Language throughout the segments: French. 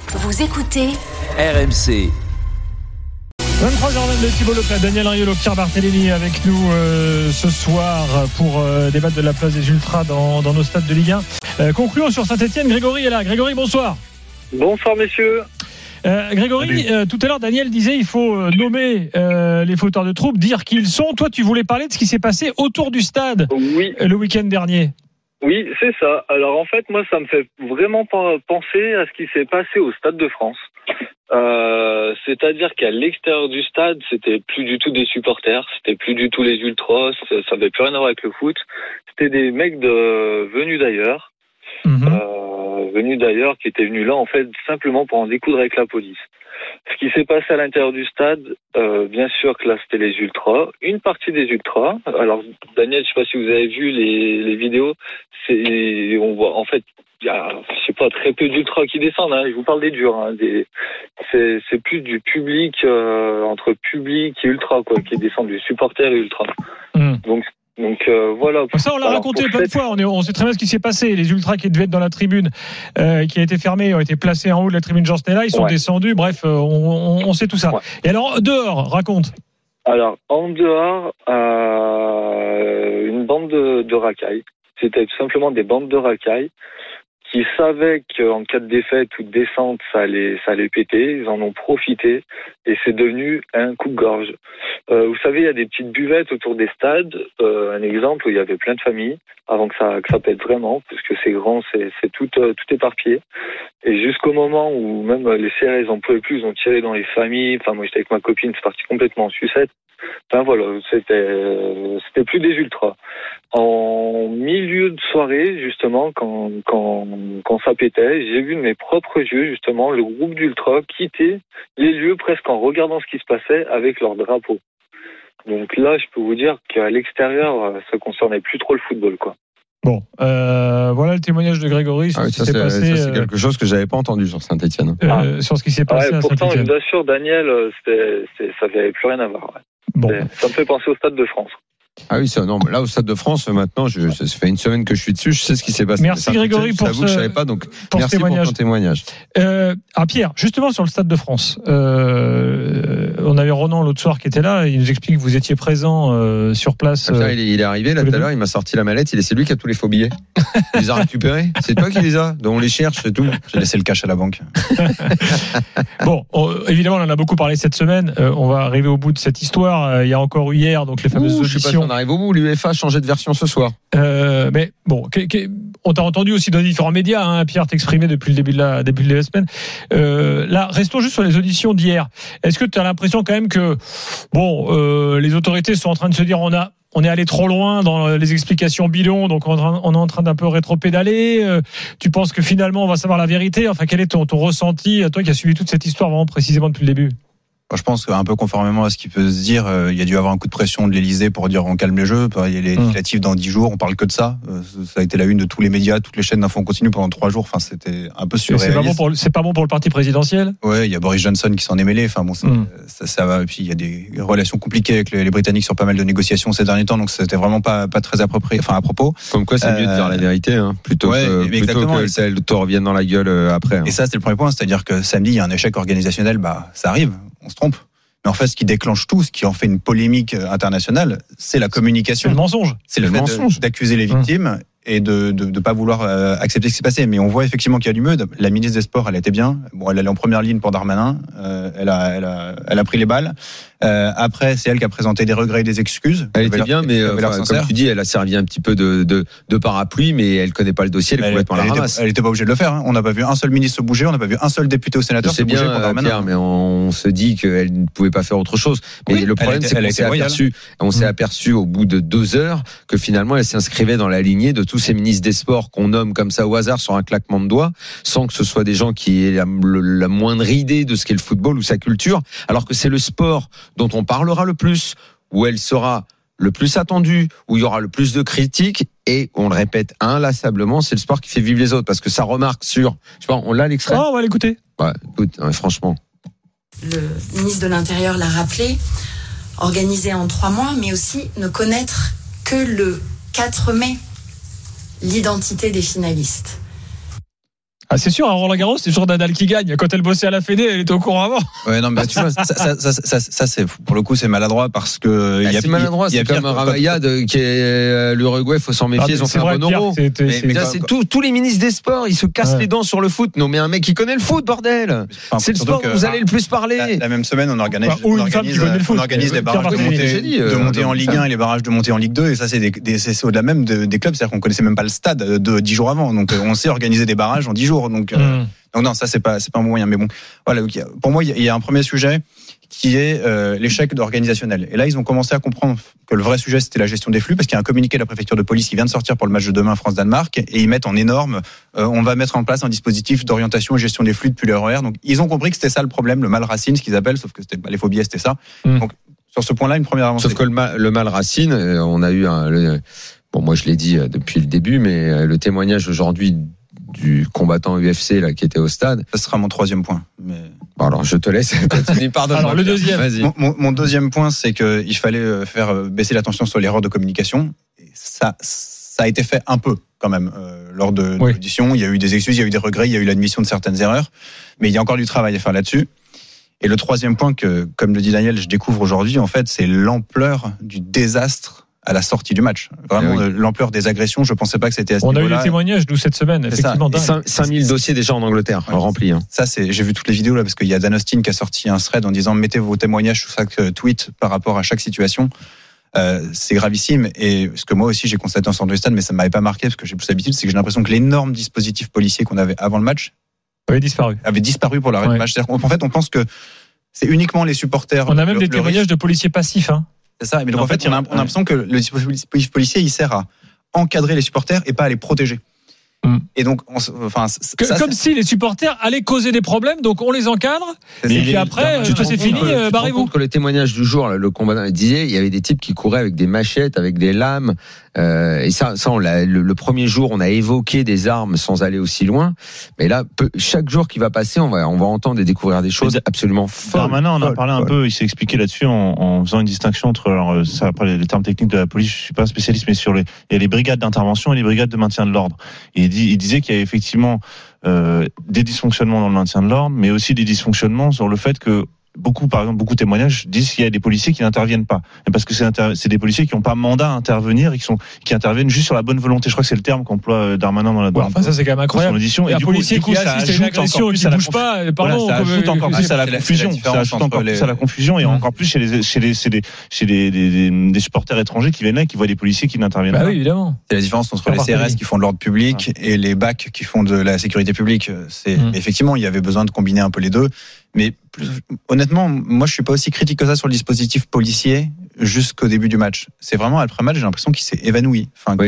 Vous écoutez RMC. 23h20 de Thibaut Leclerc, Daniel Riolo, Pierre Barthélémy avec nous ce soir pour débattre de la place des Ultras dans nos stades de Ligue 1. Concluons sur Saint-Etienne, Grégory est là. Grégory, bonsoir. Bonsoir messieurs. Grégory, tout à l'heure Daniel disait il faut nommer les fauteurs de troubles, dire qui ils sont. Toi tu voulais parler de ce qui s'est passé autour du stade le week-end dernier. Oui, c'est ça. Alors en fait, moi, ça me fait vraiment penser à ce qui s'est passé au Stade de France. C'est-à-dire qu'à l'extérieur du stade, c'était plus du tout des supporters, c'était plus du tout les ultras, ça avait plus rien à voir avec le foot. C'était des mecs venus d'ailleurs, qui étaient venus là en fait simplement pour en découdre avec la police. Ce qui s'est passé à l'intérieur du stade, bien sûr que là c'était les ultras, une partie des ultras. Alors Daniel, je sais pas si vous avez vu les vidéos, on voit en fait il y a, je sais pas, très peu d'ultras qui descendent. Je vous parle des durs. C'est plus du public entre public et ultra quoi, qui descendent du supporter et ultra. Donc voilà. Ça on l'a raconté plein de fois. On sait très bien ce qui s'est passé. Les ultras qui devaient être dans la tribune, qui a été fermée, ont été placés en haut de la tribune Jean Stella. Ils sont descendus. Bref, on sait tout ça. Ouais. Et alors dehors, raconte. Alors en dehors, une bande de racailles. C'était tout simplement des bandes de racailles qui savaient qu'en cas de défaite ou de descente, ça allait péter. Ils en ont profité et c'est devenu un coupe-gorge. Vous savez, il y a des petites buvettes autour des stades. Un exemple où il y avait plein de familles avant que ça pète vraiment, parce que c'est grand, c'est tout éparpillé. Et jusqu'au moment où même les CRS en pouvaient plus, ils ont tiré dans les familles. Enfin, moi, j'étais avec ma copine, c'est parti complètement en sucette. Enfin voilà, c'était plus des ultras. En milieu de soirée, justement, quand ça pétait, j'ai vu de mes propres yeux, justement, le groupe d'ultras quitter les lieux presque en regardant ce qui se passait avec leur drapeau. Donc là, je peux vous dire qu'à l'extérieur, ça concernait plus trop le football, quoi. Bon, voilà le témoignage de Grégory sur ce qui s'est passé. Ça, c'est quelque chose que j'avais pas entendu sur Saint-Etienne. Sur ce qui s'est passé à pourtant, Saint-Etienne. Je vous assure, Daniel, ça n'avait plus rien à voir. Ouais. Bon. Ça me fait penser au Stade de France. Ah oui, ça, non, là au Stade de France, maintenant, ça fait une semaine que je suis dessus, je sais ce qui s'est passé. Merci Grégory pour je savais pas, donc pour merci pour ton témoignage. Pierre, justement sur le Stade de France, on avait Ronan l'autre soir qui était là, il nous explique que vous étiez présent sur place. Il est arrivé là tout à l'heure, il m'a sorti la mallette, c'est lui qui a tous les faux billets. Il les a récupérés, c'est toi qui les as, donc on les cherche, c'est tout. J'ai laissé le cash à la banque. Bon, évidemment, on en a beaucoup parlé cette semaine, on va arriver au bout de cette histoire. Il y a encore eu hier donc les fameuses auditions. On arrive au bout, l'UEFA a changé de version ce soir. Mais bon, on t'a entendu aussi dans différents médias, Pierre, t'exprimer depuis le début de la semaine. Là, restons juste sur les auditions d'hier. Est-ce que tu as l'impression quand même que les autorités sont en train de se dire on est allé trop loin dans les explications bidons, donc on est en train d'un peu rétropédaler. Tu penses que finalement on va savoir la vérité? Enfin, quel est ton ressenti, toi qui as suivi toute cette histoire vraiment précisément depuis le début? Je pense qu'un peu conformément à ce qui peut se dire, il y a dû avoir un coup de pression de l'Elysée pour dire on calme les jeux. Il y a les législatives dans 10 jours, on parle que de ça. Ça a été la une de tous les médias, toutes les chaînes d'infos en continu pendant 3 jours. Enfin, c'était un peu surréaliste. C'est pas bon pour le parti présidentiel. Ouais, il y a Boris Johnson qui s'en est mêlé. Enfin bon, ça va. Et puis il y a des relations compliquées avec les Britanniques sur pas mal de négociations ces derniers temps, donc c'était vraiment pas très approprié. Enfin à propos. Comme quoi, c'est mieux de dire la vérité, plutôt que ça te revienne dans la gueule après. Et ça, c'était le premier point, c'est-à-dire que samedi, il y a un échec organisationnel. Ça arrive, on se trompe. Mais en fait, ce qui déclenche tout, ce qui en fait une polémique internationale, c'est la communication. C'est le mensonge. C'est le fait d'accuser les victimes et de pas vouloir accepter ce qui s'est passé. Mais on voit effectivement qu'il y a du meute. La ministre des Sports, elle était bien. Bon, elle allait en première ligne pour Darmanin. Elle a pris les balles. Après, c'est elle qui a présenté des regrets et des excuses. Elle était bien, mais comme tu dis, elle a servi un petit peu de parapluie, mais elle connaît pas le dossier, elle est complètement la ramasse. Elle était pas obligée de le faire. On n'a pas vu un seul ministre se bouger, on n'a pas vu un seul député ou sénateur se bouger pour Darmanin. Pierre, mais on se dit qu'elle ne pouvait pas faire autre chose. Mais le problème, c'est qu'on s'est aperçu au bout de 2 heures que finalement, elle s'inscrivait dans la lignée de tous ces ministres des Sports qu'on nomme comme ça au hasard sur un claquement de doigts, sans que ce soit des gens qui aient la moindre idée de ce qu'est le football ou sa culture, alors que c'est le sport dont on parlera le plus, où elle sera le plus attendue, où il y aura le plus de critiques, et on le répète inlassablement, c'est le sport qui fait vivre les autres, parce que ça remarque sur... Je sais pas, on l'a l'extrait. On va l'écouter. Ouais, écoute, franchement. Le ministre de l'Intérieur l'a rappelé, organisé en 3 mois, mais aussi ne connaître que le 4 mai l'identité des finalistes. Ah, c'est sûr, à Roland-Garros, c'est toujours Nadal qui gagne. Quand elle bossait à la Fédé, elle était au courant avant. Ouais, non, mais tu vois, ça, c'est, pour le coup, c'est maladroit parce que. C'est maladroit, c'est comme Ramayad qui est l'Uruguay, faut s'en méfier, ils ont fait un bon euro. C'est tous les ministres des sports, ils se cassent les dents sur le foot. Non, mais un mec qui connaît le foot, bordel. C'est le sport où vous allez le plus parler. La même semaine, on organise les barrages de montée en Ligue 1 et les barrages de montée en Ligue 2. Et ça, c'est au-delà même des clubs. C'est-à-dire qu'on connaissait même pas le stade de 10 jours avant. Donc, on sait organiser des barrages en 10 jours. Donc non, ça, c'est pas un bon moyen. Mais bon, voilà. Pour moi, il y a un premier sujet qui est l'échec organisationnel. Et là, ils ont commencé à comprendre que le vrai sujet, c'était la gestion des flux, parce qu'il y a un communiqué de la préfecture de police qui vient de sortir pour le match de demain France-Danemark, et ils mettent en énorme, on va mettre en place un dispositif d'orientation et gestion des flux depuis leur horaire. Donc, ils ont compris que c'était ça le problème, le mal Racine, ce qu'ils appellent, sauf que les faux billets, c'était ça. Donc, sur ce point-là, une première avancée. Sauf que le mal Racine, on a eu bon, moi, je l'ai dit depuis le début, mais le témoignage aujourd'hui du combattant UFC là qui était au stade. Ça sera mon troisième point. Mais... Bon, alors je te laisse. Pardonne. Alors le deuxième. Vas-y. Mon deuxième point, c'est qu'il fallait faire baisser l'attention sur l'erreur de communication. Et ça a été fait un peu quand même lors de l'audition. Il y a eu des excuses, il y a eu des regrets, il y a eu l'admission de certaines erreurs, mais il y a encore du travail à faire là-dessus. Et le troisième point que, comme le dit Daniel, je découvre aujourd'hui, en fait, c'est l'ampleur du désastre à la sortie du match. Vraiment, l'ampleur des agressions, je pensais pas que c'était à ce niveau-là. On a eu des témoignages, nous, cette semaine, effectivement. 5000 dossiers déjà en Angleterre, remplis. Hein. Ça, j'ai vu toutes les vidéos là, parce qu'il y a Dan Austin qui a sorti un thread en disant mettez vos témoignages sous chaque tweet par rapport à chaque situation. C'est gravissime. Et ce que moi aussi j'ai constaté en sortant du stade, mais ça ne m'avait pas marqué parce que j'ai plus l'habitude, c'est que j'ai l'impression que l'énorme dispositif policier qu'on avait avant le match avait disparu pour l'arrêt du match. En fait, on pense que c'est uniquement les supporters. On a même des témoignages de policiers passifs, hein. C'est ça, mais donc en fait, on a l'impression que le dispositif policier, il sert à encadrer les supporters et pas à les protéger. Et donc, comme si les supporters allaient causer des problèmes, donc on les encadre, et puis après, c'est fini, barrez-vous. Que les témoignages du jour, le combattant disait, il y avait des types qui couraient avec des machettes, avec des lames, et ça le premier jour, on a évoqué des armes sans aller aussi loin, mais là, chaque jour qui va passer, on va entendre et découvrir des choses absolument folles. Darmanin en a parlé un peu, il s'est expliqué là-dessus en faisant une distinction entre, alors, ça après les termes techniques de la police, je suis pas un spécialiste, mais il y a les brigades d'intervention et les brigades de maintien de l'ordre. Et il disait qu'il y avait effectivement des dysfonctionnements dans le maintien de l'ordre, mais aussi des dysfonctionnements sur le fait que beaucoup de témoignages disent qu'il y a des policiers qui n'interviennent pas. Et parce que c'est des policiers qui n'ont pas mandat à intervenir et qui interviennent juste sur la bonne volonté. Je crois que c'est le terme qu'emploie Darmanin dans la ça c'est quand même incroyable. Et un policier qui assiste à une agression et qui ne bouge pas, ça ajoute encore plus à la confusion. Ça ajoute encore plus à la confusion et encore plus chez des supporters étrangers qui viennent là et qui voient des policiers qui n'interviennent pas. Oui, évidemment. C'est la différence entre les CRS qui font de l'ordre public et les BAC qui font de la sécurité publique. Effectivement, il y avait besoin de combiner un peu les deux. Mais honnêtement, moi je suis pas aussi critique que ça sur le dispositif policier jusqu'au début du match. C'est vraiment après match, j'ai l'impression qu'il s'est évanoui.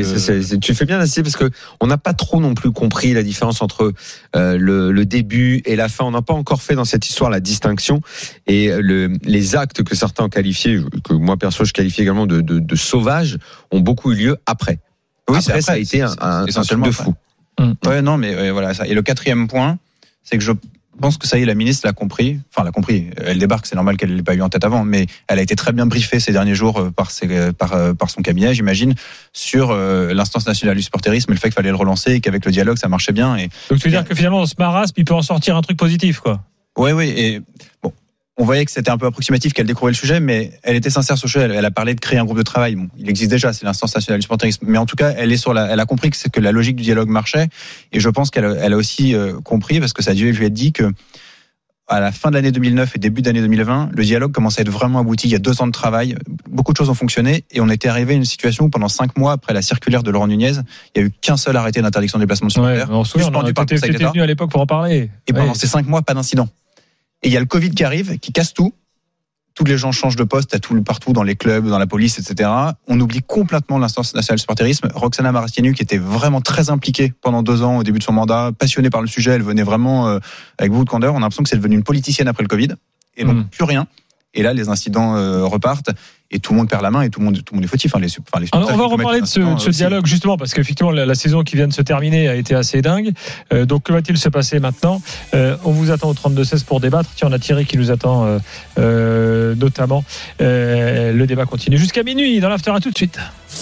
Tu fais bien d'insister parce que on n'a pas trop non plus compris la différence entre le début et la fin. On n'a pas encore fait dans cette histoire la distinction et les actes que certains ont qualifiés, que moi perso je qualifie également de sauvages, ont beaucoup eu lieu après. Oui, après ça a été un truc de fou. Ouais, non, mais voilà ça. Et le quatrième point, c'est que je pense que ça y est, la ministre l'a compris. Enfin, l'a compris. Elle débarque, c'est normal qu'elle ne l'ait pas eu en tête avant, mais elle a été très bien briefée ces derniers jours par son cabinet, j'imagine, sur l'instance nationale du supporterisme et le fait qu'il fallait le relancer et qu'avec le dialogue, ça marchait bien. Donc, tu veux dire que finalement, dans ce marasme, il peut en sortir un truc positif, quoi. Oui. Et bon, on voyait que c'était un peu approximatif qu'elle découvrait le sujet, mais elle était sincère sur le sujet. Elle a parlé de créer un groupe de travail. Bon, il existe déjà, c'est l'instance nationale du supporterisme. Mais en tout cas, elle a compris que la logique du dialogue marchait. Et je pense qu'elle a aussi compris, parce que ça a dû lui être dit que à la fin de l'année 2009 et début d'année 2020, le dialogue commençait à être vraiment abouti. Il y a 2 ans de travail, beaucoup de choses ont fonctionné, et on était arrivé à une situation où pendant 5 mois après la circulaire de Laurent Nunez, il n'y a eu qu'un seul arrêté d'interdiction de déplacement de supporters. On se souvient, t'étais venu à l'époque pour en parler. Et pendant ces 5 mois, pas d'incident. Et il y a le Covid qui arrive, qui casse tout. Tous les gens changent de poste partout dans les clubs, dans la police, etc. On oublie complètement l'instance nationale du supporterisme. Roxana Maracianu, qui était vraiment très impliquée pendant 2 ans au début de son mandat, passionnée par le sujet, elle venait vraiment avec beaucoup de candeur. On a l'impression que c'est devenu une politicienne après le Covid. Et donc, plus rien. Et là, les incidents repartent et tout le monde perd la main et tout le monde est fautif. On va reparler de ce dialogue justement parce qu'effectivement la saison qui vient de se terminer a été assez dingue. Donc que va-t-il se passer maintenant ? On vous attend au 32-16 pour débattre. Tiens, on a Thierry qui nous attend notamment. Le débat continue jusqu'à minuit dans l'after. À tout de suite.